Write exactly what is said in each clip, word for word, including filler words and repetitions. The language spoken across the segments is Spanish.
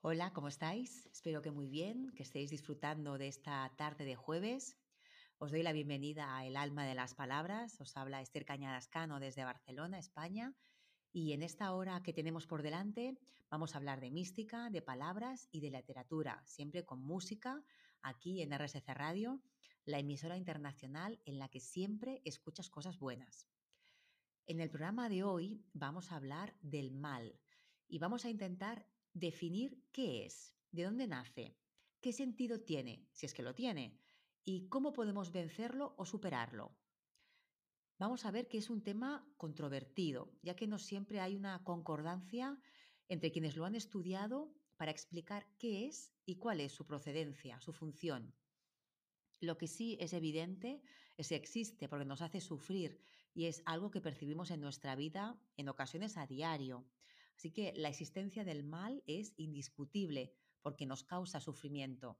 Hola, ¿cómo estáis? Espero que muy bien, que estéis disfrutando de esta tarde de jueves. Os doy la bienvenida a El Alma de las Palabras. Os habla Esther Cañadascano desde Barcelona, España. Y en esta hora que tenemos por delante vamos a hablar de mística, de palabras y de literatura, siempre con música, aquí en R S C Radio, la emisora internacional en la que siempre escuchas cosas buenas. En el programa de hoy vamos a hablar del mal y vamos a intentar definir qué es, de dónde nace, qué sentido tiene, si es que lo tiene, y cómo podemos vencerlo o superarlo. Vamos a ver que es un tema controvertido, ya que no siempre hay una concordancia entre quienes lo han estudiado para explicar qué es y cuál es su procedencia, su función. Lo que sí es evidente es que existe porque nos hace sufrir y es algo que percibimos en nuestra vida en ocasiones a diario. Así que la existencia del mal es indiscutible porque nos causa sufrimiento.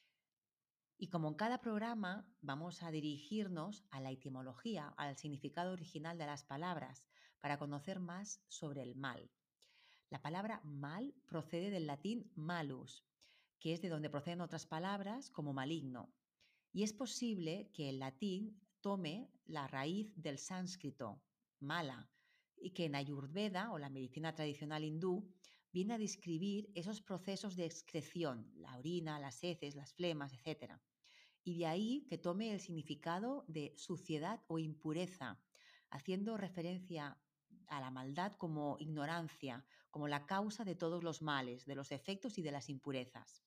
Y como en cada programa vamos a dirigirnos a la etimología, al significado original de las palabras, para conocer más sobre el mal. La palabra mal procede del latín malus, que es de donde proceden otras palabras como maligno. Y es posible que el latín tome la raíz del sánscrito, mala, y que en Ayurveda o la medicina tradicional hindú viene a describir esos procesos de excreción, la orina, las heces, las flemas, etcétera. Y de ahí que tome el significado de suciedad o impureza, haciendo referencia a la maldad como ignorancia, como la causa de todos los males, de los defectos y de las impurezas.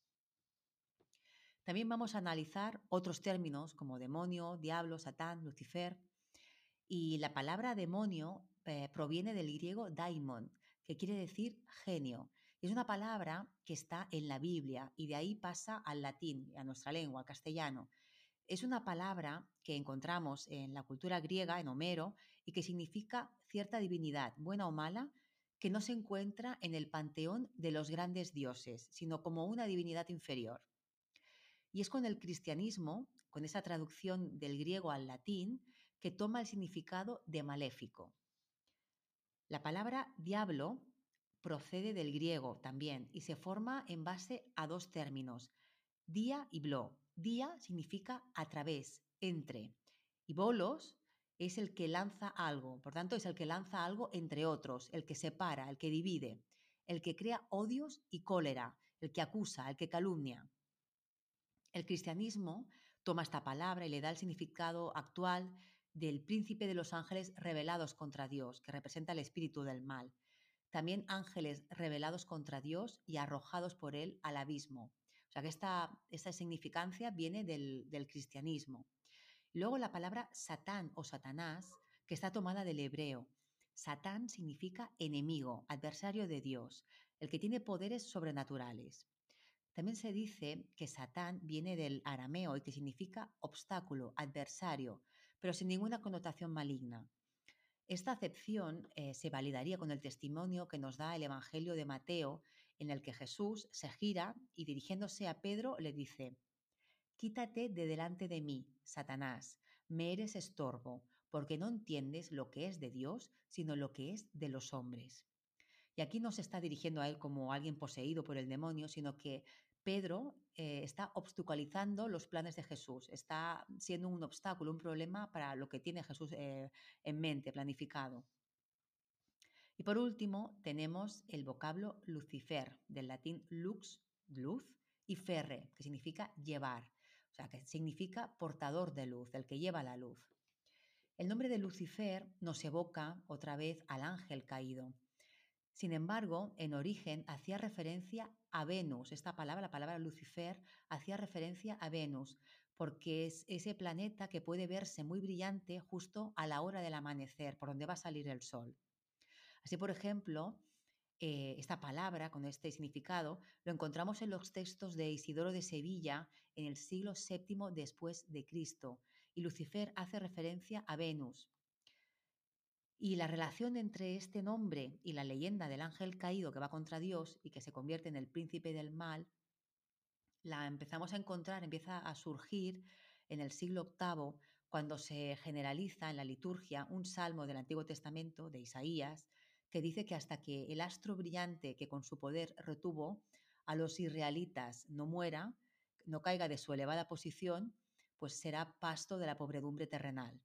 También vamos a analizar otros términos como demonio, diablo, satán, Lucifer. Y la palabra demonio eh, proviene del griego daimon, que quiere decir genio. Es una palabra que está en la Biblia y de ahí pasa al latín, a nuestra lengua, al castellano. Es una palabra que encontramos en la cultura griega, en Homero, y que significa cierta divinidad, buena o mala, que no se encuentra en el panteón de los grandes dioses, sino como una divinidad inferior. Y es con el cristianismo, con esa traducción del griego al latín, que toma el significado de maléfico. La palabra diablo procede del griego también y se forma en base a dos términos, dia y blo. Dia significa a través, entre, y bolos es el que lanza algo, por tanto es el que lanza algo entre otros, el que separa, el que divide, el que crea odios y cólera, el que acusa, el que calumnia. El cristianismo toma esta palabra y le da el significado actual del príncipe de los ángeles rebelados contra Dios, que representa el espíritu del mal. También ángeles rebelados contra Dios y arrojados por él al abismo. O sea que esta, esta significancia viene del, del cristianismo. Luego la palabra Satán o Satanás, que está tomada del hebreo. Satán significa enemigo, adversario de Dios, el que tiene poderes sobrenaturales. También se dice que Satán viene del arameo y que significa obstáculo, adversario, pero sin ninguna connotación maligna. Esta acepción eh, se validaría con el testimonio que nos da el Evangelio de Mateo, en el que Jesús se gira y dirigiéndose a Pedro le dice: «Quítate de delante de mí, Satanás, me eres estorbo, porque no entiendes lo que es de Dios, sino lo que es de los hombres». Y aquí no se está dirigiendo a él como alguien poseído por el demonio, sino que Pedro eh, está obstaculizando los planes de Jesús, está siendo un obstáculo, un problema para lo que tiene Jesús eh, en mente, planificado. Y por último, tenemos el vocablo Lucifer, del latín lux, luz, y ferre, que significa llevar, o sea, que significa portador de luz, el que lleva la luz. El nombre de Lucifer nos evoca otra vez al ángel caído. Sin embargo, en origen hacía referencia a Venus. Esta palabra, la palabra Lucifer, hacía referencia a Venus, porque es ese planeta que puede verse muy brillante justo a la hora del amanecer, por donde va a salir el sol. Así, por ejemplo, eh, esta palabra con este significado lo encontramos en los textos de Isidoro de Sevilla en el siglo séptimo después de Cristo, y Lucifer hace referencia a Venus. Y la relación entre este nombre y la leyenda del ángel caído que va contra Dios y que se convierte en el príncipe del mal, la empezamos a encontrar, empieza a surgir en el siglo octavo, cuando se generaliza en la liturgia un salmo del Antiguo Testamento, de Isaías, que dice que hasta que el astro brillante que con su poder retuvo a los israelitas no muera, no caiga de su elevada posición, pues será pasto de la pobredumbre terrenal.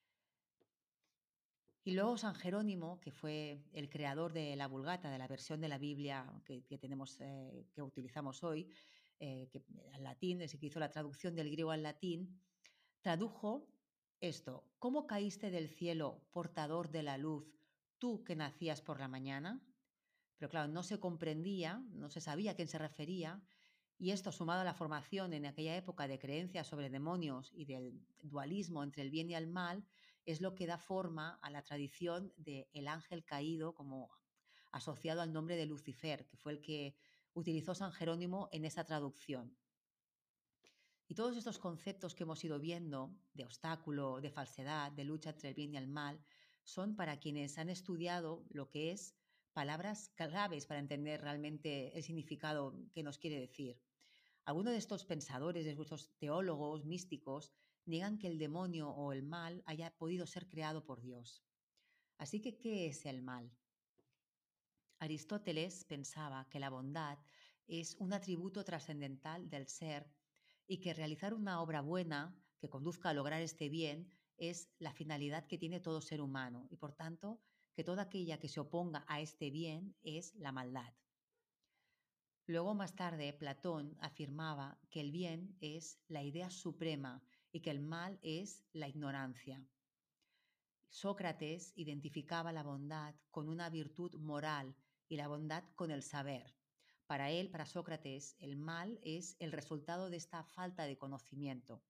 Y luego San Jerónimo, que fue el creador de la Vulgata, de la versión de la Biblia que, que tenemos, eh, que utilizamos hoy, eh, que al latín, es el que hizo la traducción del griego al latín, tradujo esto: ¿cómo caíste del cielo, portador de la luz, tú que nacías por la mañana? Pero claro, no se comprendía, no se sabía a quién se refería, y esto, sumado a la formación en aquella época de creencias sobre demonios y del dualismo entre el bien y el mal, es lo que da forma a la tradición del ángel caído, como asociado al nombre de Lucifer, que fue el que utilizó San Jerónimo en esa traducción. Y todos estos conceptos que hemos ido viendo, de obstáculo, de falsedad, de lucha entre el bien y el mal, son para quienes han estudiado lo que es palabras claves para entender realmente el significado que nos quiere decir. Algunos de estos pensadores, de estos teólogos místicos, niegan que el demonio o el mal haya podido ser creado por Dios. Así que, ¿qué es el mal? Aristóteles pensaba que la bondad es un atributo trascendental del ser y que realizar una obra buena que conduzca a lograr este bien es la finalidad que tiene todo ser humano y, por tanto, que toda aquella que se oponga a este bien es la maldad. Luego, más tarde, Platón afirmaba que el bien es la idea suprema y que el mal es la ignorancia. Sócrates identificaba la bondad con una virtud moral y la bondad con el saber. Para él, para Sócrates, el mal es el resultado de esta falta de conocimiento.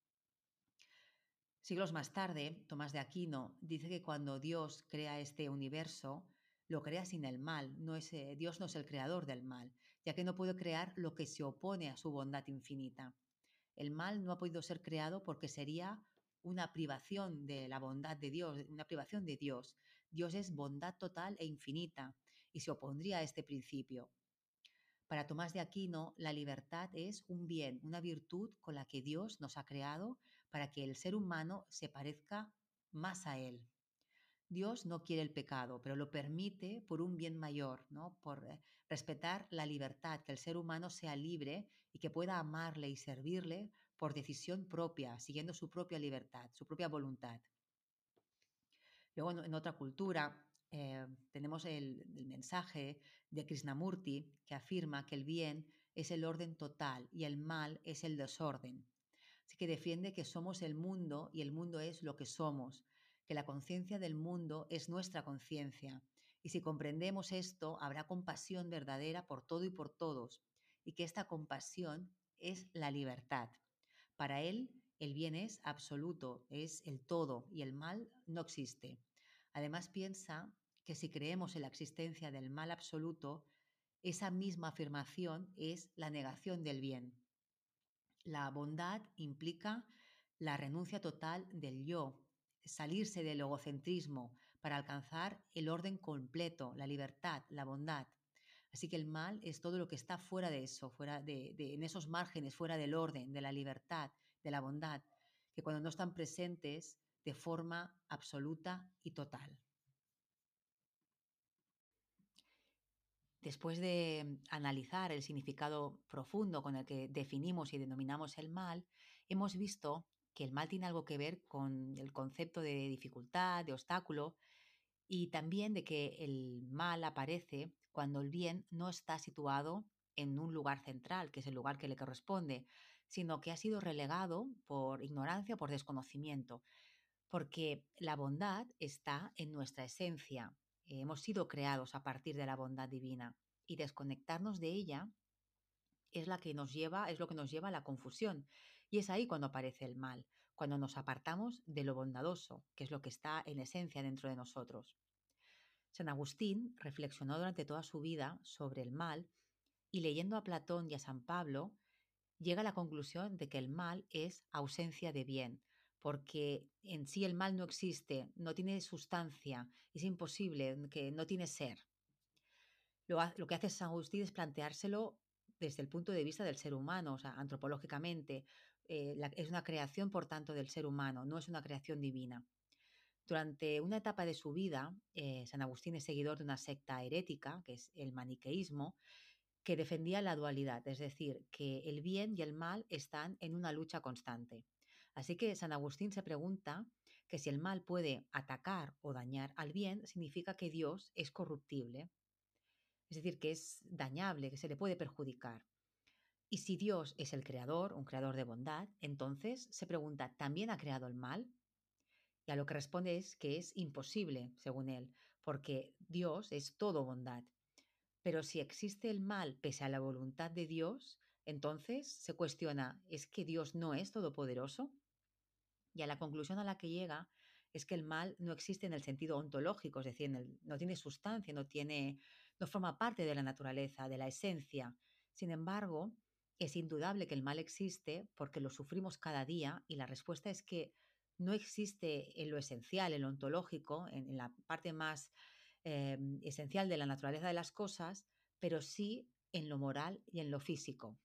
Siglos más tarde, Tomás de Aquino dice que cuando Dios crea este universo, lo crea sin el mal. No es, eh, Dios no es el creador del mal, ya que no puede crear lo que se opone a su bondad infinita. El mal no ha podido ser creado porque sería una privación de la bondad de Dios, una privación de Dios. Dios es bondad total e infinita y se opondría a este principio. Para Tomás de Aquino, la libertad es un bien, una virtud con la que Dios nos ha creado para que el ser humano se parezca más a Él. Dios no quiere el pecado, pero lo permite por un bien mayor, ¿no? Por eh, respetar la libertad, que el ser humano sea libre y que pueda amarle y servirle por decisión propia, siguiendo su propia libertad, su propia voluntad. Luego, en, en otra cultura, eh, tenemos el, el mensaje de Krishnamurti, que afirma que el bien es el orden total y el mal es el desorden. Así que defiende que somos el mundo y el mundo es lo que somos, que la conciencia del mundo es nuestra conciencia. Y si comprendemos esto, habrá compasión verdadera por todo y por todos, y que esta compasión es la libertad. Para él, el bien es absoluto, es el todo, y el mal no existe. Además, piensa que si creemos en la existencia del mal absoluto, esa misma afirmación es la negación del bien. La bondad implica la renuncia total del yo, salirse del egocentrismo para alcanzar el orden completo, la libertad, la bondad. Así que el mal es todo lo que está fuera de eso, fuera de, de, en esos márgenes, fuera del orden, de la libertad, de la bondad, que cuando no están presentes de forma absoluta y total. Después de analizar el significado profundo con el que definimos y denominamos el mal, hemos visto que el mal tiene algo que ver con el concepto de dificultad, de obstáculo, y también de que el mal aparece cuando el bien no está situado en un lugar central, que es el lugar que le corresponde, sino que ha sido relegado por ignorancia o por desconocimiento, porque la bondad está en nuestra esencia. Eh, hemos sido creados a partir de la bondad divina y desconectarnos de ella es la que nos lleva, es lo que nos lleva a la confusión. Y es ahí cuando aparece el mal, cuando nos apartamos de lo bondadoso, que es lo que está en esencia dentro de nosotros. San Agustín reflexionó durante toda su vida sobre el mal y, leyendo a Platón y a San Pablo, llega a la conclusión de que el mal es ausencia de bien, porque en sí el mal no existe, no tiene sustancia, es imposible, que no tiene ser. Lo, lo que hace San Agustín es planteárselo desde el punto de vista del ser humano, o sea, antropológicamente. Eh, la, es una creación, por tanto, del ser humano, no es una creación divina. Durante una etapa de su vida, eh, San Agustín es seguidor de una secta herética, que es el maniqueísmo, que defendía la dualidad, es decir, que el bien y el mal están en una lucha constante. Así que San Agustín se pregunta que si el mal puede atacar o dañar al bien, significa que Dios es corruptible, es decir, que es dañable, que se le puede perjudicar. Y si Dios es el creador, un creador de bondad, entonces se pregunta, ¿también ha creado el mal? Y a lo que responde es que es imposible, según él, porque Dios es todo bondad. Pero si existe el mal pese a la voluntad de Dios, entonces se cuestiona, ¿es que Dios no es todopoderoso? Y a la conclusión a la que llega es que el mal no existe en el sentido ontológico, es decir, en el- no tiene sustancia, no tiene, no forma parte de la naturaleza, de la esencia. Sin embargo, es indudable que el mal existe porque lo sufrimos cada día y la respuesta es que no existe en lo esencial, en lo ontológico, en, en la parte más eh, esencial de la naturaleza de las cosas, pero sí en lo moral y en lo físico.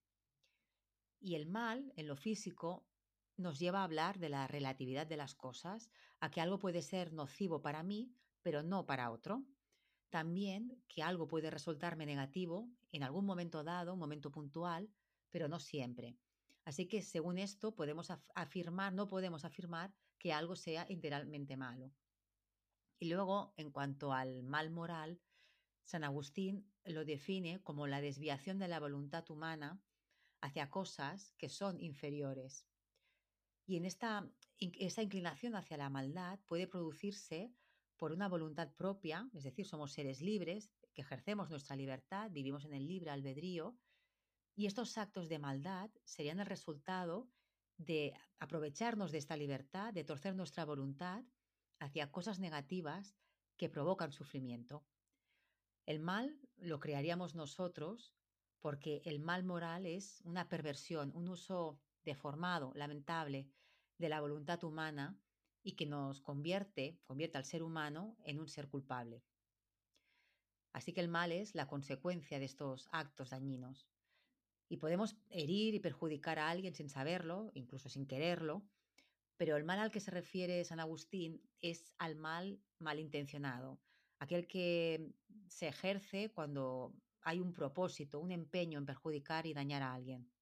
Y el mal, en lo físico, nos lleva a hablar de la relatividad de las cosas, a que algo puede ser nocivo para mí, pero no para otro. También que algo puede resultarme negativo en algún momento dado, un momento puntual, pero no siempre. Así que según esto podemos af- afirmar, no podemos afirmar que algo sea integralmente malo. Y luego, en cuanto al mal moral, San Agustín lo define como la desviación de la voluntad humana hacia cosas que son inferiores. Y en esta, esa inclinación hacia la maldad puede producirse por una voluntad propia, es decir, somos seres libres, que ejercemos nuestra libertad, vivimos en el libre albedrío, y estos actos de maldad serían el resultado de aprovecharnos de esta libertad, de torcer nuestra voluntad hacia cosas negativas que provocan sufrimiento. El mal lo crearíamos nosotros porque el mal moral es una perversión, un uso deformado, lamentable, de la voluntad humana y que nos convierte, convierte al ser humano en un ser culpable. Así que el mal es la consecuencia de estos actos dañinos. Y podemos herir y perjudicar a alguien sin saberlo, incluso sin quererlo, pero el mal al que se refiere San Agustín es al mal malintencionado, aquel que se ejerce cuando hay un propósito, un empeño en perjudicar y dañar a alguien.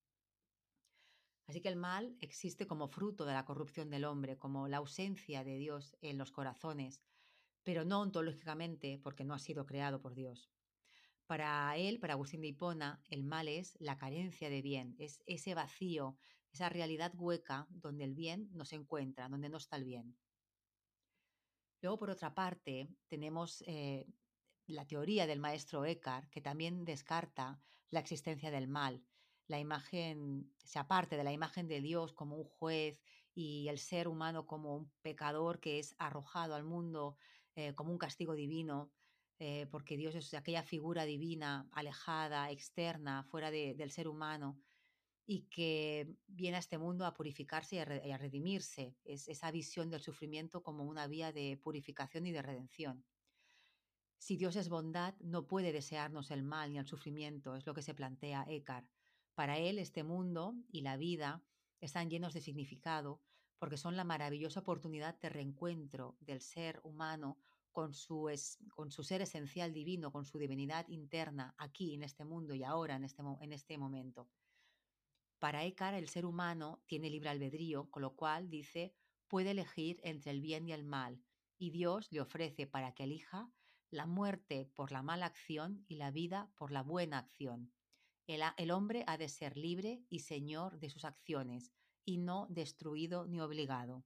Así que el mal existe como fruto de la corrupción del hombre, como la ausencia de Dios en los corazones, pero no ontológicamente porque no ha sido creado por Dios. Para él, para Agustín de Hipona, el mal es la carencia de bien, es ese vacío, esa realidad hueca donde el bien no se encuentra, donde no está el bien. Luego, por otra parte, tenemos eh, la teoría del maestro Eckhart, que también descarta la existencia del mal. La imagen se aparte de la imagen de Dios como un juez y el ser humano como un pecador que es arrojado al mundo eh, como un castigo divino, eh, porque Dios es aquella figura divina, alejada, externa, fuera de- del ser humano y que viene a este mundo a purificarse y a, re- y a redimirse. Es esa visión del sufrimiento como una vía de purificación y de redención. Si Dios es bondad, no puede desearnos el mal ni el sufrimiento, es lo que se plantea Eckhart. Para él, este mundo y la vida están llenos de significado porque son la maravillosa oportunidad de reencuentro del ser humano con su, es, con su ser esencial divino, con su divinidad interna, aquí, en este mundo y ahora, en este, en este momento. Para Eckhart, el ser humano tiene libre albedrío, con lo cual, dice, puede elegir entre el bien y el mal, y Dios le ofrece para que elija la muerte por la mala acción y la vida por la buena acción. El, el hombre ha de ser libre y señor de sus acciones, y no destruido ni obligado.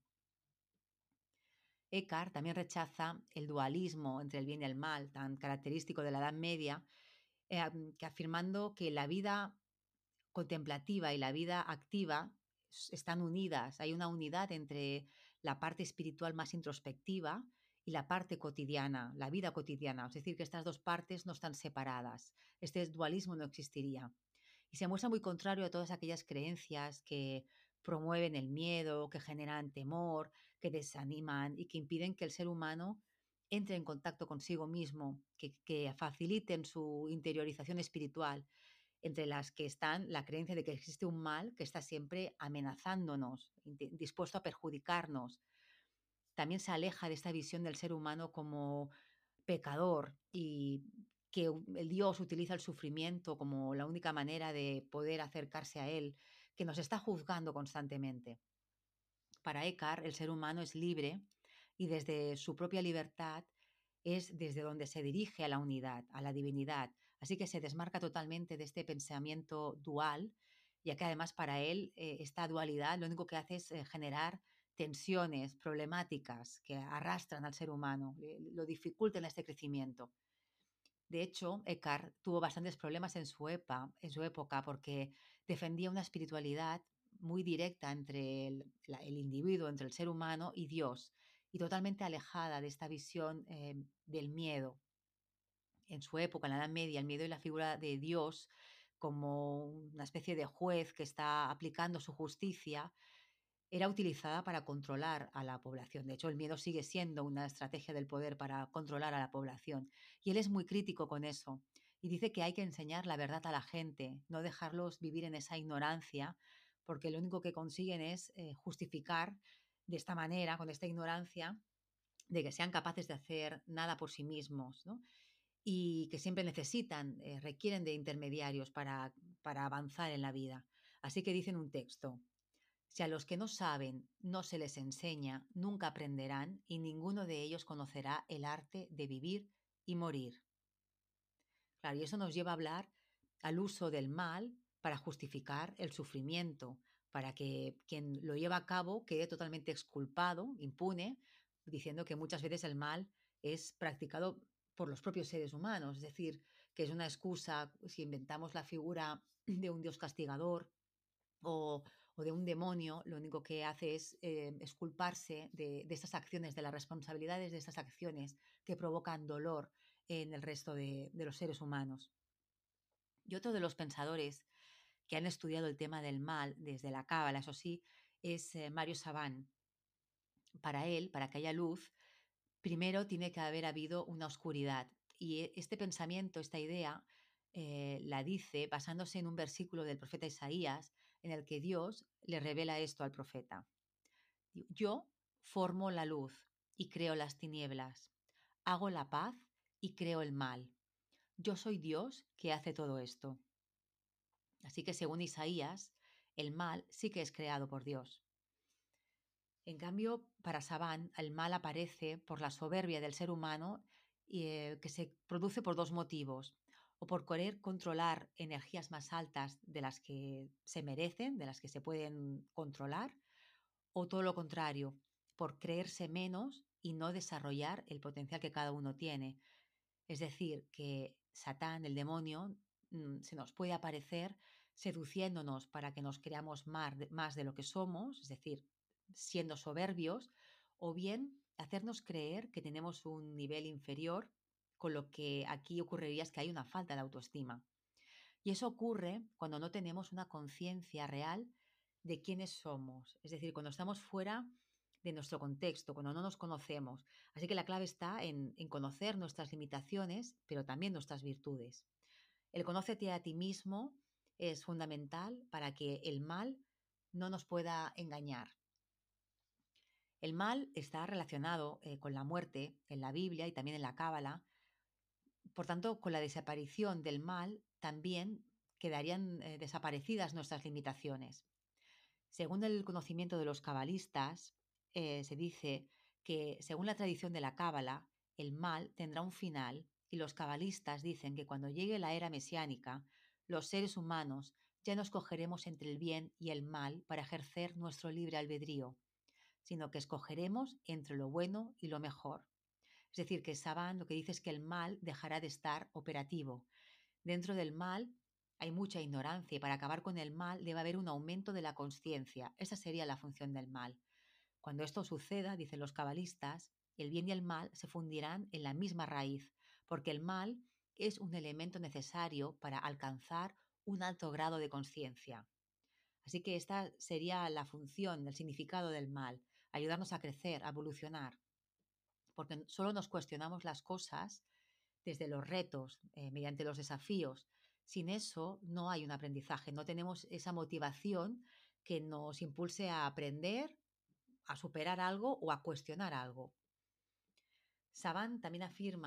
Eckhart también rechaza el dualismo entre el bien y el mal, tan característico de la Edad Media, eh, que afirmando que la vida contemplativa y la vida activa están unidas. Hay una unidad entre la parte espiritual más introspectiva y la parte cotidiana, la vida cotidiana. Es decir, que estas dos partes no están separadas. Este dualismo no existiría. Y se muestra muy contrario a todas aquellas creencias que promueven el miedo, que generan temor, que desaniman y que impiden que el ser humano entre en contacto consigo mismo, que, que faciliten su interiorización espiritual, entre las que están la creencia de que existe un mal que está siempre amenazándonos, dispuesto a perjudicarnos. También se aleja de esta visión del ser humano como pecador y que el Dios utiliza el sufrimiento como la única manera de poder acercarse a Él, que nos está juzgando constantemente. Para Eckhart, el ser humano es libre y desde su propia libertad es desde donde se dirige a la unidad, a la divinidad. Así que se desmarca totalmente de este pensamiento dual, ya que además para él eh, esta dualidad lo único que hace es eh, generar tensiones, problemáticas que arrastran al ser humano, le- lo dificultan este crecimiento. De hecho, Eckhart tuvo bastantes problemas en su, epa, en su época porque defendía una espiritualidad muy directa entre el, la- el individuo, entre el ser humano y Dios, y totalmente alejada de esta visión eh, del miedo. En su época, en la Edad Media, el miedo y la figura de Dios como una especie de juez que está aplicando su justicia era utilizada para controlar a la población. De hecho, el miedo sigue siendo una estrategia del poder para controlar a la población. Y él es muy crítico con eso. Y dice que hay que enseñar la verdad a la gente, no dejarlos vivir en esa ignorancia, porque lo único que consiguen es eh, justificar de esta manera, con esta ignorancia, de que sean capaces de hacer nada por sí mismos, ¿no? Y que siempre necesitan, eh, requieren de intermediarios para, para avanzar en la vida. Así que dicen un texto, si a los que no saben no se les enseña, nunca aprenderán y ninguno de ellos conocerá el arte de vivir y morir. Claro, y eso nos lleva a hablar al uso del mal para justificar el sufrimiento, para que quien lo lleva a cabo quede totalmente exculpado, impune, diciendo que muchas veces el mal es practicado por los propios seres humanos, es decir, que es una excusa si inventamos la figura de un dios castigador o, o de un demonio, lo único que hace es eh, exculparse de, de estas acciones, de las responsabilidades de estas acciones que provocan dolor en el resto de, de los seres humanos. Y otro de los pensadores que han estudiado el tema del mal desde la Cábala, eso sí, es eh, Mario Savant. Para él, para que haya luz, primero tiene que haber habido una oscuridad. Y e- este pensamiento, esta idea, eh, la dice basándose en un versículo del profeta Isaías, en el que Dios le revela esto al profeta. Yo formo la luz y creo las tinieblas. Hago la paz y creo el mal. Yo soy Dios que hace todo esto. Así que según Isaías, el mal sí que es creado por Dios. En cambio, para Sabán, el mal aparece por la soberbia del ser humano eh, que se produce por dos motivos. O por querer controlar energías más altas de las que se merecen, de las que se pueden controlar, o todo lo contrario, por creerse menos y no desarrollar el potencial que cada uno tiene. Es decir, que Satán, el demonio, mm, se nos puede aparecer seduciéndonos para que nos creamos más de, más de lo que somos, es decir, siendo soberbios, o bien hacernos creer que tenemos un nivel inferior, con lo que aquí ocurriría es que hay una falta de autoestima. Y eso ocurre cuando no tenemos una conciencia real de quiénes somos, es decir, cuando estamos fuera de nuestro contexto, cuando no nos conocemos. Así que la clave está en, en conocer nuestras limitaciones, pero también nuestras virtudes. El conócete a ti mismo es fundamental para que el mal no nos pueda engañar. El mal está relacionado eh, con la muerte en la Biblia y también en la Cábala. Por tanto, con la desaparición del mal también quedarían eh, desaparecidas nuestras limitaciones. Según el conocimiento de los cabalistas, eh, se dice que, según la tradición de la cábala, el mal tendrá un final y los cabalistas dicen que cuando llegue la era mesiánica, los seres humanos ya no escogeremos entre el bien y el mal para ejercer nuestro libre albedrío, sino que escogeremos entre lo bueno y lo mejor. Es decir, que Saban lo que dice es que el mal dejará de estar operativo. Dentro del mal hay mucha ignorancia y para acabar con el mal debe haber un aumento de la conciencia. Esa sería la función del mal. Cuando esto suceda, dicen los cabalistas, el bien y el mal se fundirán en la misma raíz, porque el mal es un elemento necesario para alcanzar un alto grado de conciencia. Así que esta sería la función, el significado del mal, ayudarnos a crecer, a evolucionar, porque solo nos cuestionamos las cosas desde los retos, eh, mediante los desafíos. Sin eso no hay un aprendizaje, no tenemos esa motivación que nos impulse a aprender, a superar algo o a cuestionar algo. Saban también afirma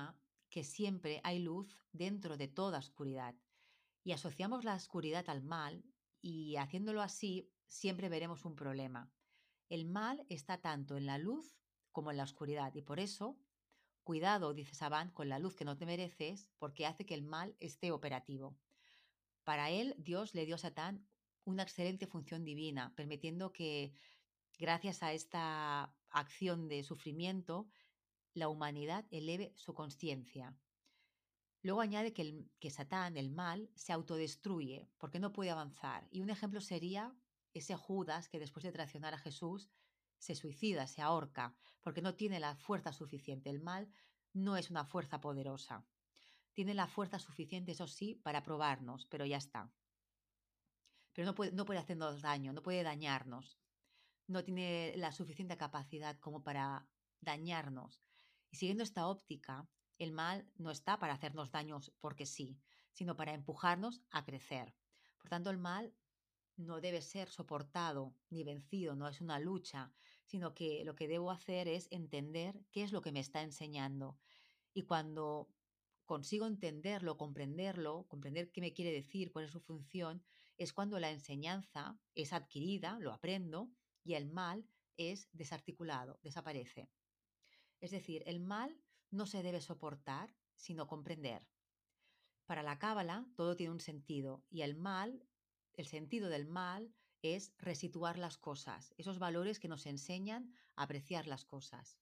que siempre hay luz dentro de toda oscuridad. Y asociamos la oscuridad al mal y haciéndolo así siempre veremos un problema. El mal está tanto en la luz como en la oscuridad y por eso, cuidado, dice Saban, con la luz que no te mereces porque hace que el mal esté operativo. Para él, Dios le dio a Satán una excelente función divina, permitiendo que, gracias a esta acción de sufrimiento, la humanidad eleve su conciencia. Luego añade que, el, que Satán, el mal, se autodestruye porque no puede avanzar. Y un ejemplo sería ese Judas que después de traicionar a Jesús se suicida, se ahorca, porque no tiene la fuerza suficiente. El mal no es una fuerza poderosa. Tiene la fuerza suficiente, eso sí, para probarnos, pero ya está. Pero no puede, no puede hacernos daño, no puede dañarnos. No tiene la suficiente capacidad como para dañarnos. Y siguiendo esta óptica, el mal no está para hacernos daños porque sí, sino para empujarnos a crecer. Por tanto, el mal no debe ser soportado ni vencido, no es una lucha, sino que lo que debo hacer es entender qué es lo que me está enseñando. Y cuando consigo entenderlo, comprenderlo, comprender qué me quiere decir, cuál es su función, es cuando la enseñanza es adquirida, lo aprendo, y el mal es desarticulado, desaparece. Es decir, el mal no se debe soportar, sino comprender. Para la cábala todo tiene un sentido y el mal, el sentido del mal es resituar las cosas, esos valores que nos enseñan a apreciar las cosas.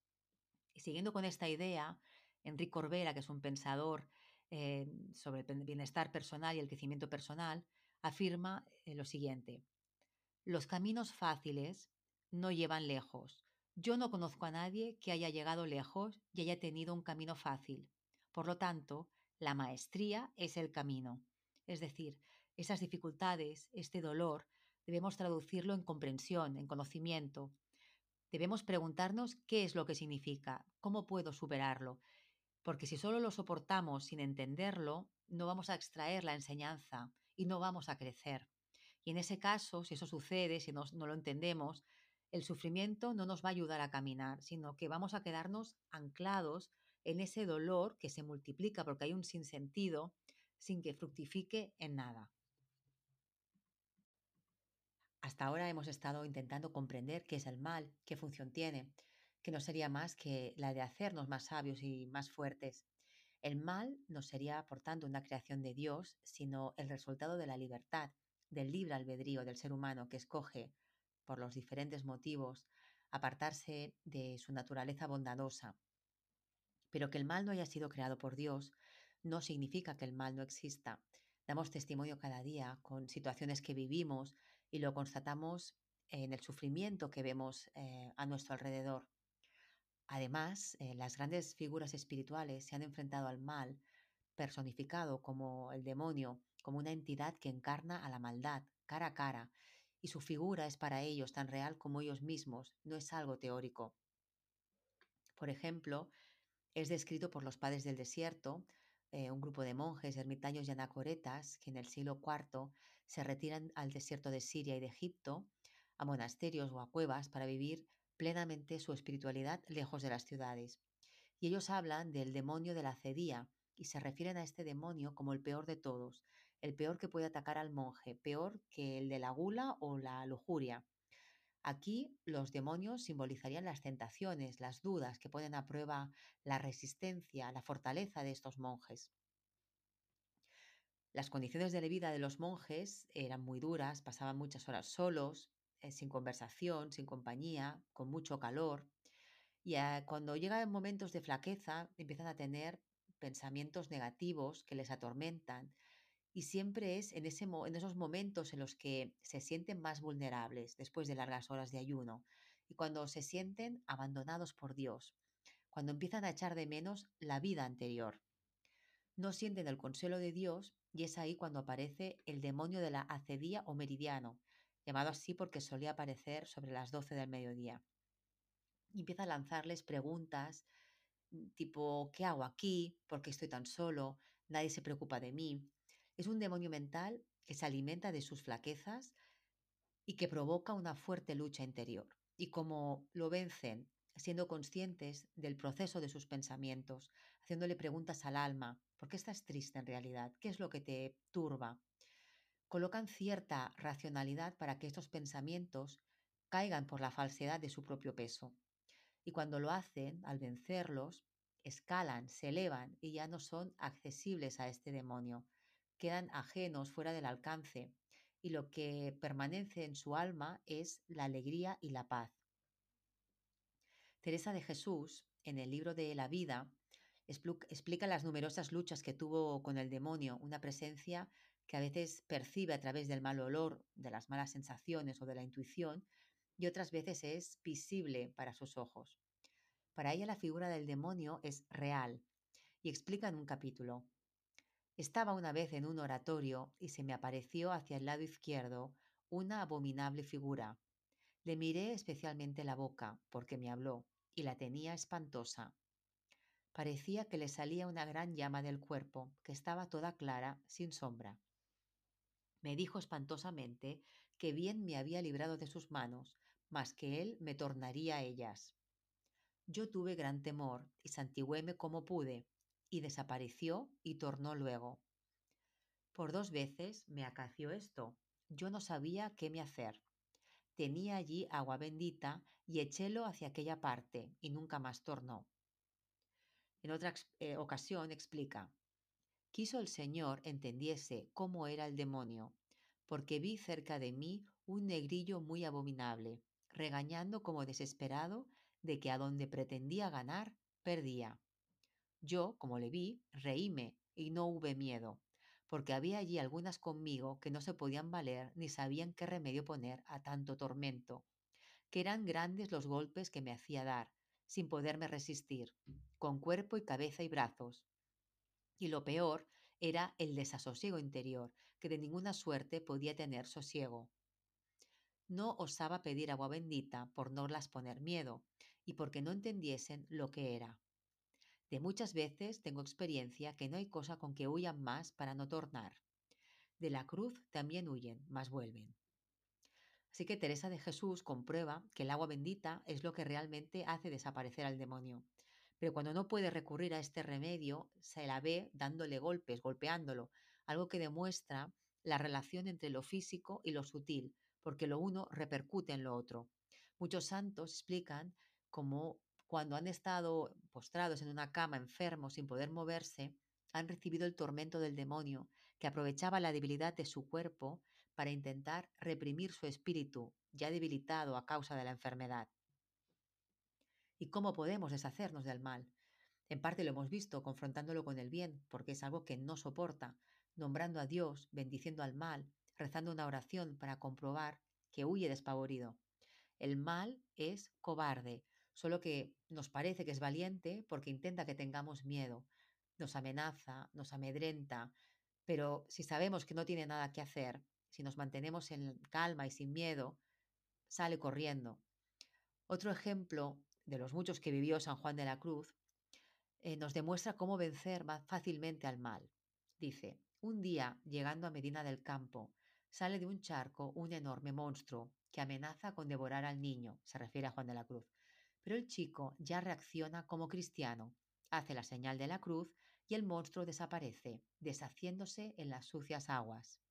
Y siguiendo con esta idea, Enrique Corbera, que es un pensador eh, sobre el bienestar personal y el crecimiento personal, afirma eh, lo siguiente: los caminos fáciles no llevan lejos. Yo no conozco a nadie que haya llegado lejos y haya tenido un camino fácil. Por lo tanto, la maestría es el camino. Es decir, esas dificultades, este dolor, debemos traducirlo en comprensión, en conocimiento. Debemos preguntarnos qué es lo que significa, cómo puedo superarlo, porque si solo lo soportamos sin entenderlo, no vamos a extraer la enseñanza y no vamos a crecer. Y en ese caso, si eso sucede, si no, no lo entendemos, el sufrimiento no nos va a ayudar a caminar, sino que vamos a quedarnos anclados en ese dolor que se multiplica porque hay un sinsentido sin que fructifique en nada. Hasta ahora hemos estado intentando comprender qué es el mal, qué función tiene, que no sería más que la de hacernos más sabios y más fuertes. El mal no sería, por tanto, una creación de Dios, sino el resultado de la libertad, del libre albedrío del ser humano que escoge, por los diferentes motivos, apartarse de su naturaleza bondadosa. Pero que el mal no haya sido creado por Dios no significa que el mal no exista. Damos testimonio cada día con situaciones que vivimos y lo constatamos en el sufrimiento que vemos eh, a nuestro alrededor. Además, eh, las grandes figuras espirituales se han enfrentado al mal personificado como el demonio, como una entidad que encarna a la maldad cara a cara, y su figura es para ellos tan real como ellos mismos, no es algo teórico. Por ejemplo, es descrito por los padres del desierto, eh, un grupo de monjes, ermitaños y anacoretas que en el siglo cuarto se retiran al desierto de Siria y de Egipto, a monasterios o a cuevas para vivir plenamente su espiritualidad lejos de las ciudades. Y ellos hablan del demonio de la cedía y se refieren a este demonio como el peor de todos, el peor que puede atacar al monje, peor que el de la gula o la lujuria. Aquí los demonios simbolizarían las tentaciones, las dudas que ponen a prueba la resistencia, la fortaleza de estos monjes. Las condiciones de la vida de los monjes eran muy duras, pasaban muchas horas solos, eh, sin conversación, sin compañía, con mucho calor. Y eh, cuando llegan momentos de flaqueza, empiezan a tener pensamientos negativos que les atormentan. Y siempre es en, ese, en esos momentos en los que se sienten más vulnerables después de largas horas de ayuno y cuando se sienten abandonados por Dios, cuando empiezan a echar de menos la vida anterior. No sienten el consuelo de Dios y es ahí cuando aparece el demonio de la acedía o meridiano, llamado así porque solía aparecer sobre las doce del mediodía. Y empieza a lanzarles preguntas tipo, ¿qué hago aquí? ¿Por qué estoy tan solo? Nadie se preocupa de mí. Es un demonio mental que se alimenta de sus flaquezas y que provoca una fuerte lucha interior. Y como lo vencen siendo conscientes del proceso de sus pensamientos, haciéndole preguntas al alma. ¿Por qué estás triste en realidad? ¿Qué es lo que te turba? Colocan cierta racionalidad para que estos pensamientos caigan por la falsedad de su propio peso. Y cuando lo hacen, al vencerlos, escalan, se elevan y ya no son accesibles a este demonio. Quedan ajenos, fuera del alcance. Y lo que permanece en su alma es la alegría y la paz. Teresa de Jesús, en el libro de la vida, explica las numerosas luchas que tuvo con el demonio, una presencia que a veces percibe a través del mal olor, de las malas sensaciones o de la intuición, y otras veces es visible para sus ojos. Para ella la figura del demonio es real, y explica en un capítulo: estaba una vez en un oratorio y se me apareció hacia el lado izquierdo una abominable figura. Le miré especialmente la boca, porque me habló, y la tenía espantosa. Parecía que le salía una gran llama del cuerpo, que estaba toda clara, sin sombra. Me dijo espantosamente que bien me había librado de sus manos, mas que él me tornaría a ellas. Yo tuve gran temor y santigüéme como pude, y desapareció y tornó luego. Por dos veces me acaeció esto. Yo no sabía qué me hacer. Tenía allí agua bendita y echélo hacia aquella parte, y nunca más tornó. En otra eh, ocasión explica: quiso el Señor entendiese cómo era el demonio, porque vi cerca de mí un negrillo muy abominable, regañando como desesperado de que a donde pretendía ganar, perdía. Yo, como le vi, reíme y no hube miedo, porque había allí algunas conmigo que no se podían valer ni sabían qué remedio poner a tanto tormento, que eran grandes los golpes que me hacía dar, sin poderme resistir, con cuerpo y cabeza y brazos. Y lo peor era el desasosiego interior, que de ninguna suerte podía tener sosiego. No osaba pedir agua bendita por no las poner miedo, y porque no entendiesen lo que era. De muchas veces tengo experiencia que no hay cosa con que huyan más para no tornar. De la cruz también huyen, mas vuelven. Así que Teresa de Jesús comprueba que el agua bendita es lo que realmente hace desaparecer al demonio. Pero cuando no puede recurrir a este remedio, se la ve dándole golpes, golpeándolo, algo que demuestra la relación entre lo físico y lo sutil, porque lo uno repercute en lo otro. Muchos santos explican cómo cuando han estado postrados en una cama enfermos sin poder moverse, han recibido el tormento del demonio, que aprovechaba la debilidad de su cuerpo para intentar reprimir su espíritu, ya debilitado a causa de la enfermedad. ¿Y cómo podemos deshacernos del mal? En parte lo hemos visto confrontándolo con el bien, porque es algo que no soporta, nombrando a Dios, bendiciendo al mal, rezando una oración para comprobar que huye despavorido. El mal es cobarde, solo que nos parece que es valiente porque intenta que tengamos miedo, nos amenaza, nos amedrenta, pero si sabemos que no tiene nada que hacer, si nos mantenemos en calma y sin miedo, sale corriendo. Otro ejemplo de los muchos que vivió San Juan de la Cruz eh, nos demuestra cómo vencer más fácilmente al mal. Dice: un día, llegando a Medina del Campo, sale de un charco un enorme monstruo que amenaza con devorar al niño, se refiere a Juan de la Cruz. Pero el chico ya reacciona como cristiano, hace la señal de la cruz y el monstruo desaparece, deshaciéndose en las sucias aguas.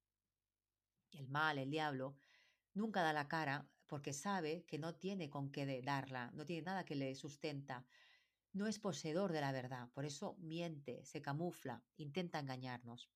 El mal, el diablo, nunca da la cara porque sabe que no tiene con qué darla, no tiene nada que le sustenta, no es poseedor de la verdad, por eso miente, se camufla, intenta engañarnos.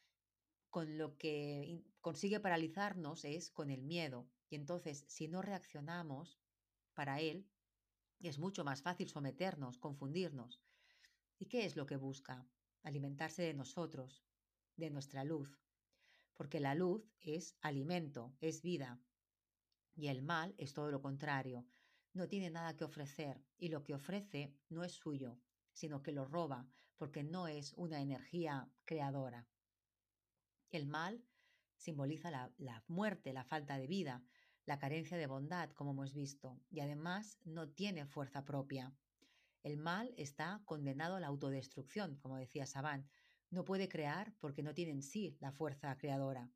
Con lo que consigue paralizarnos es con el miedo, y entonces si no reaccionamos, para él es mucho más fácil someternos, confundirnos. ¿Y qué es lo que busca? Alimentarse de nosotros, de nuestra luz, porque la luz es alimento, es vida, y el mal es todo lo contrario. No tiene nada que ofrecer, y lo que ofrece no es suyo, sino que lo roba, porque no es una energía creadora. El mal simboliza la, la muerte, la falta de vida, la carencia de bondad, como hemos visto, y además no tiene fuerza propia. El mal está condenado a la autodestrucción, como decía Saban. No puede crear porque no tiene en sí la fuerza creadora.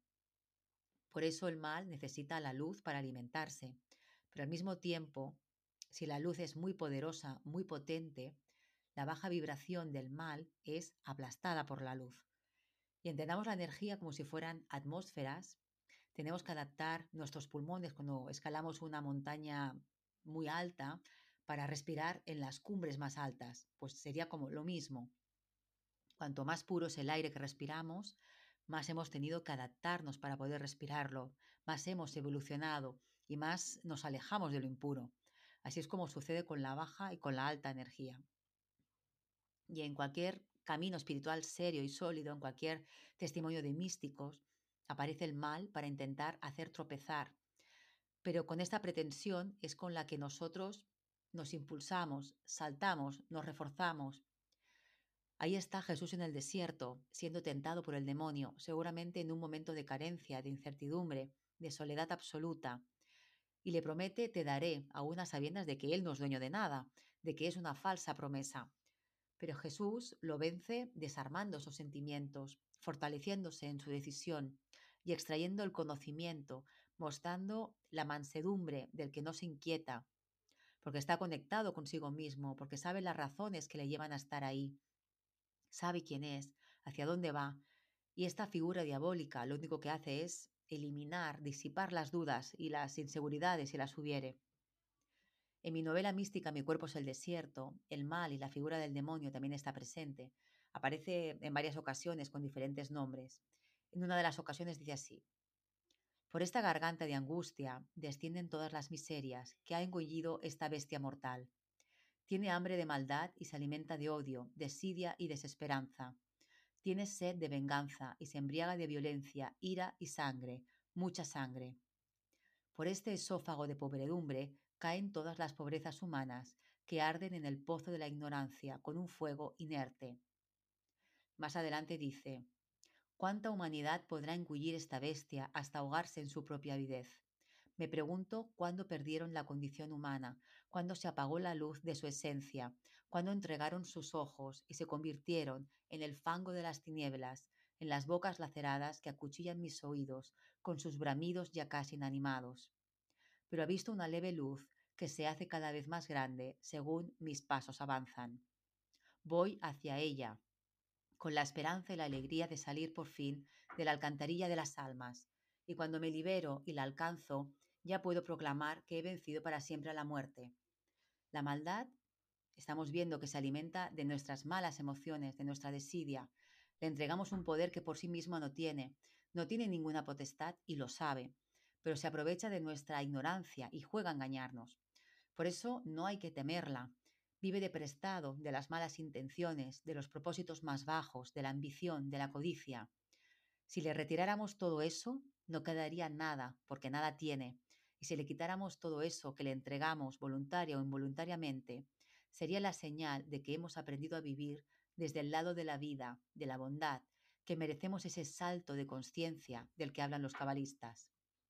Por eso el mal necesita la luz para alimentarse. Pero al mismo tiempo, si la luz es muy poderosa, muy potente, la baja vibración del mal es aplastada por la luz. Y entendamos la energía como si fueran atmósferas. Tenemos que adaptar nuestros pulmones cuando escalamos una montaña muy alta para respirar en las cumbres más altas. Pues sería como lo mismo. Cuanto más puro es el aire que respiramos, más hemos tenido que adaptarnos para poder respirarlo, más hemos evolucionado y más nos alejamos de lo impuro. Así es como sucede con la baja y con la alta energía. Y en cualquier camino espiritual serio y sólido, en cualquier testimonio de místicos, aparece el mal para intentar hacer tropezar. Pero con esta pretensión es con la que nosotros nos impulsamos, saltamos, nos reforzamos. Ahí está Jesús en el desierto, siendo tentado por el demonio, seguramente en un momento de carencia, de incertidumbre, de soledad absoluta. Y le promete, te daré, aún a sabiendas de que él no es dueño de nada, de que es una falsa promesa. Pero Jesús lo vence desarmando esos sentimientos, fortaleciéndose en su decisión y extrayendo el conocimiento, mostrando la mansedumbre del que no se inquieta, porque está conectado consigo mismo, porque sabe las razones que le llevan a estar ahí, sabe quién es, hacia dónde va, y esta figura diabólica lo único que hace es eliminar, disipar las dudas y las inseguridades si las hubiere. En mi novela mística Mi cuerpo es el desierto, el mal y la figura del demonio también está presente. Aparece en varias ocasiones con diferentes nombres. En una de las ocasiones dice así: por esta garganta de angustia descienden todas las miserias que ha engullido esta bestia mortal. Tiene hambre de maldad y se alimenta de odio, desidia y desesperanza. Tiene sed de venganza y se embriaga de violencia, ira y sangre, mucha sangre. Por este esófago de podredumbre caen todas las pobrezas humanas que arden en el pozo de la ignorancia con un fuego inerte. Más adelante dice: ¿cuánta humanidad podrá engullir esta bestia hasta ahogarse en su propia avidez? Me pregunto cuándo perdieron la condición humana, cuándo se apagó la luz de su esencia, cuándo entregaron sus ojos y se convirtieron en el fango de las tinieblas, en las bocas laceradas que acuchillan mis oídos con sus bramidos ya casi inanimados. Pero ha visto una leve luz que se hace cada vez más grande según mis pasos avanzan. Voy hacia ella, con la esperanza y la alegría de salir por fin de la alcantarilla de las almas, y cuando me libero y la alcanzo, ya puedo proclamar que he vencido para siempre a la muerte. La maldad, estamos viendo que se alimenta de nuestras malas emociones, de nuestra desidia. Le entregamos un poder que por sí mismo no tiene, no tiene ninguna potestad y lo sabe, pero se aprovecha de nuestra ignorancia y juega a engañarnos. Por eso no hay que temerla. Vive de prestado de las malas intenciones, de los propósitos más bajos, de la ambición, de la codicia. Si le retiráramos todo eso, no quedaría nada, porque nada tiene. Y si le quitáramos todo eso que le entregamos voluntaria o involuntariamente, sería la señal de que hemos aprendido a vivir desde el lado de la vida, de la bondad, que merecemos ese salto de conciencia del que hablan los cabalistas.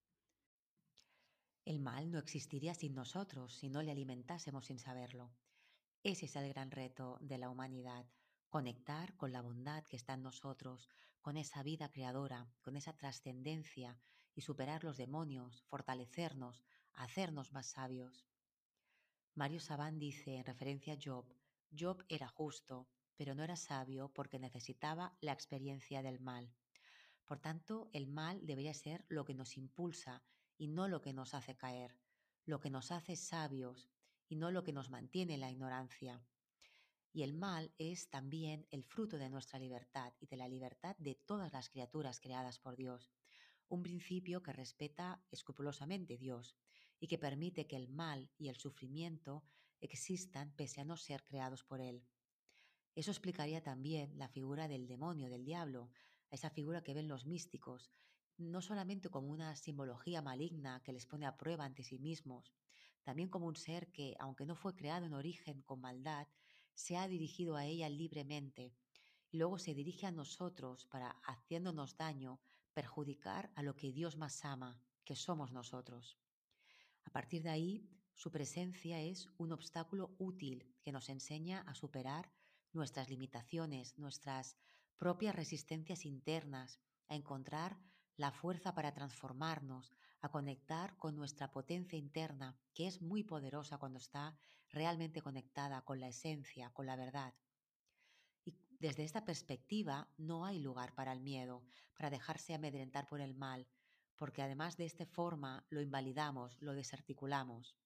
El mal no existiría sin nosotros si no le alimentásemos sin saberlo. Ese es el gran reto de la humanidad, conectar con la bondad que está en nosotros, con esa vida creadora, con esa trascendencia y superar los demonios, fortalecernos, hacernos más sabios. Mario Saban dice en referencia a Job: Job era justo, pero no era sabio porque necesitaba la experiencia del mal. Por tanto, el mal debería ser lo que nos impulsa y no lo que nos hace caer, lo que nos hace sabios y no lo que nos mantiene en la ignorancia. Y el mal es también el fruto de nuestra libertad y de la libertad de todas las criaturas creadas por Dios. Un principio que respeta escrupulosamente Dios y que permite que el mal y el sufrimiento existan pese a no ser creados por Él. Eso explicaría también la figura del demonio, del diablo, esa figura que ven los místicos, no solamente como una simbología maligna que les pone a prueba ante sí mismos, también como un ser que, aunque no fue creado en origen con maldad, se ha dirigido a ella libremente y luego se dirige a nosotros para, haciéndonos daño, perjudicar a lo que Dios más ama, que somos nosotros. A partir de ahí, su presencia es un obstáculo útil que nos enseña a superar nuestras limitaciones, nuestras propias resistencias internas, a encontrar la fuerza para transformarnos, a conectar con nuestra potencia interna, que es muy poderosa cuando está realmente conectada con la esencia, con la verdad. Y desde esta perspectiva no hay lugar para el miedo, para dejarse amedrentar por el mal, porque además de esta forma lo invalidamos, lo desarticulamos.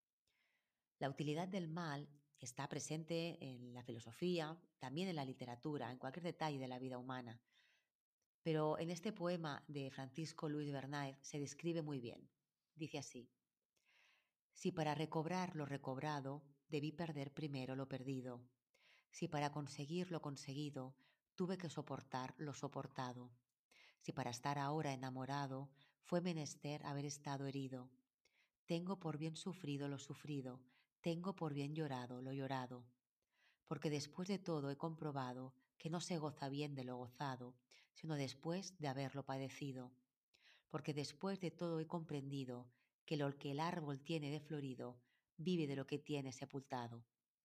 La utilidad del mal está presente en la filosofía, también en la literatura, en cualquier detalle de la vida humana. Pero en este poema de Francisco Luis Bernáez se describe muy bien. Dice así: si para recobrar lo recobrado debí perder primero lo perdido, si para conseguir lo conseguido tuve que soportar lo soportado, si para estar ahora enamorado fue menester haber estado herido, tengo por bien sufrido lo sufrido, tengo por bien llorado lo llorado, porque después de todo he comprobado que no se goza bien de lo gozado, sino después de haberlo padecido, porque después de todo he comprendido que lo que el árbol tiene de florido vive de lo que tiene sepultado.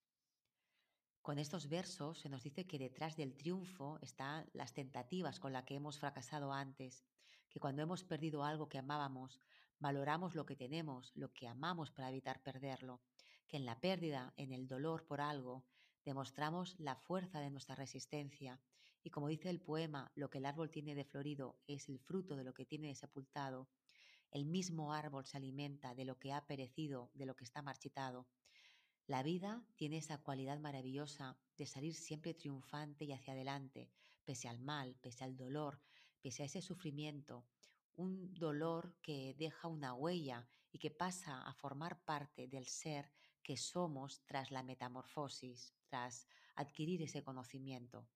Con estos versos se nos dice que detrás del triunfo están las tentativas con las que hemos fracasado antes, que cuando hemos perdido algo que amábamos, valoramos lo que tenemos, lo que amamos para evitar perderlo, que en la pérdida, en el dolor por algo, demostramos la fuerza de nuestra resistencia y como dice el poema, lo que el árbol tiene de florido es el fruto de lo que tiene de sepultado, el mismo árbol se alimenta de lo que ha perecido, de lo que está marchitado. La vida tiene esa cualidad maravillosa de salir siempre triunfante y hacia adelante, pese al mal, pese al dolor, pese a ese sufrimiento, un dolor que deja una huella y que pasa a formar parte del ser que somos tras la metamorfosis, tras adquirir ese conocimiento.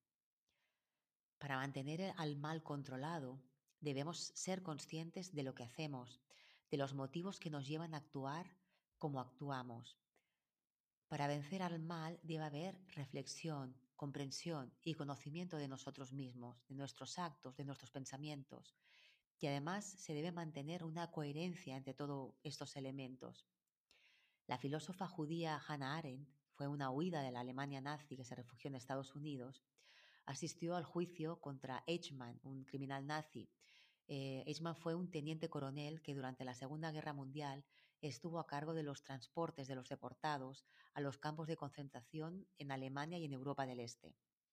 Para mantener al mal controlado, debemos ser conscientes de lo que hacemos, de los motivos que nos llevan a actuar como actuamos. Para vencer al mal debe haber reflexión, comprensión y conocimiento de nosotros mismos, de nuestros actos, de nuestros pensamientos. Y además se debe mantener una coherencia entre todos estos elementos. La filósofa judía Hannah Arendt fue una huida de la Alemania nazi que se refugió en Estados Unidos. Asistió al juicio contra Eichmann, un criminal nazi. Eh, Eichmann fue un teniente coronel que durante la Segunda Guerra Mundial estuvo a cargo de los transportes de los deportados a los campos de concentración en Alemania y en Europa del Este.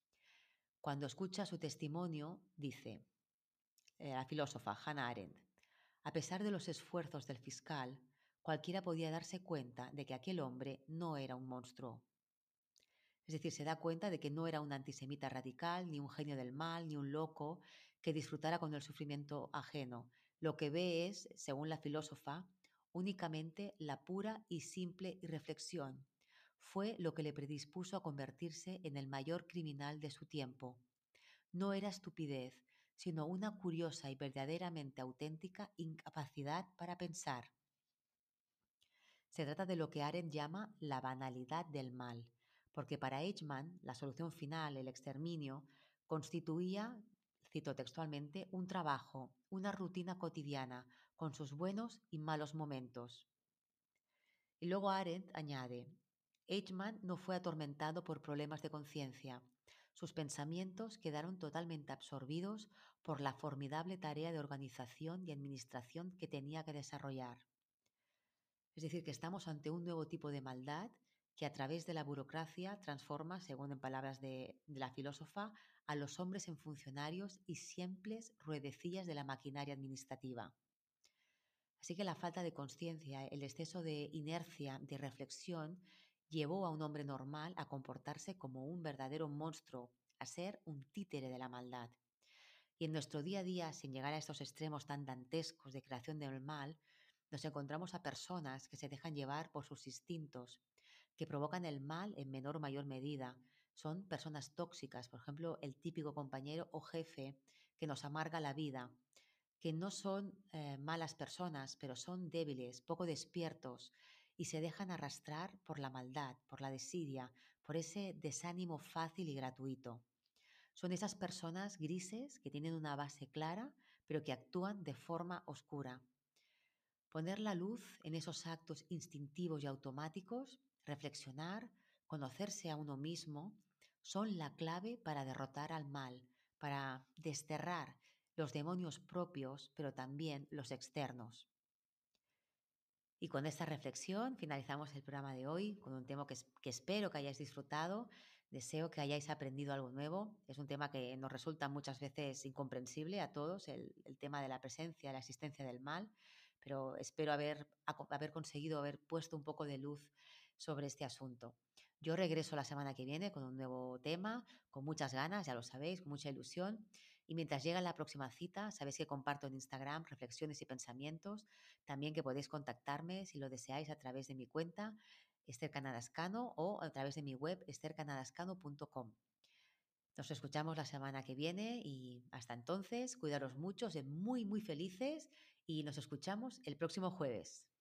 Cuando escucha su testimonio, dice eh, la filósofa Hannah Arendt: a pesar de los esfuerzos del fiscal, cualquiera podía darse cuenta de que aquel hombre no era un monstruo. Es decir, se da cuenta de que no era un antisemita radical, ni un genio del mal, ni un loco que disfrutara con el sufrimiento ajeno. Lo que ve es, según la filósofa, únicamente la pura y simple irreflexión. Fue lo que le predispuso a convertirse en el mayor criminal de su tiempo. No era estupidez, sino una curiosa y verdaderamente auténtica incapacidad para pensar. Se trata de lo que Arendt llama la banalidad del mal, porque para Eichmann la solución final, el exterminio, constituía, cito textualmente, un trabajo, una rutina cotidiana, con sus buenos y malos momentos. Y luego Arendt añade: Eichmann no fue atormentado por problemas de conciencia. Sus pensamientos quedaron totalmente absorbidos por la formidable tarea de organización y administración que tenía que desarrollar. Es decir, que estamos ante un nuevo tipo de maldad que a través de la burocracia transforma, según en palabras de, de la filósofa, a los hombres en funcionarios y simples ruedecillas de la maquinaria administrativa. Así que la falta de conciencia, el exceso de inercia, de reflexión, llevó a un hombre normal a comportarse como un verdadero monstruo, a ser un títere de la maldad. Y en nuestro día a día, sin llegar a estos extremos tan dantescos de creación del mal, nos encontramos a personas que se dejan llevar por sus instintos, que provocan el mal en menor o mayor medida. Son personas tóxicas, por ejemplo, el típico compañero o jefe que nos amarga la vida, que no son eh, malas personas, pero son débiles, poco despiertos y se dejan arrastrar por la maldad, por la desidia, por ese desánimo fácil y gratuito. Son esas personas grises que tienen una base clara, pero que actúan de forma oscura. Poner la luz en esos actos instintivos y automáticos, reflexionar, conocerse a uno mismo, son la clave para derrotar al mal, para desterrar los demonios propios, pero también los externos. Y con esta reflexión finalizamos el programa de hoy con un tema que, es- que espero que hayáis disfrutado. Deseo que hayáis aprendido algo nuevo. Es un tema que nos resulta muchas veces incomprensible a todos, el, el tema de la presencia, la existencia del mal, pero espero haber, aco- haber conseguido haber puesto un poco de luz sobre este asunto. Yo regreso la semana que viene con un nuevo tema, con muchas ganas, ya lo sabéis, con mucha ilusión. Y mientras llega la próxima cita, sabéis que comparto en Instagram reflexiones y pensamientos, también que podéis contactarme si lo deseáis a través de mi cuenta Esther Canadascano o a través de mi web esther canadascano punto com. Nos escuchamos la semana que viene y hasta entonces, cuidaros mucho, sed muy, muy felices y nos escuchamos el próximo jueves.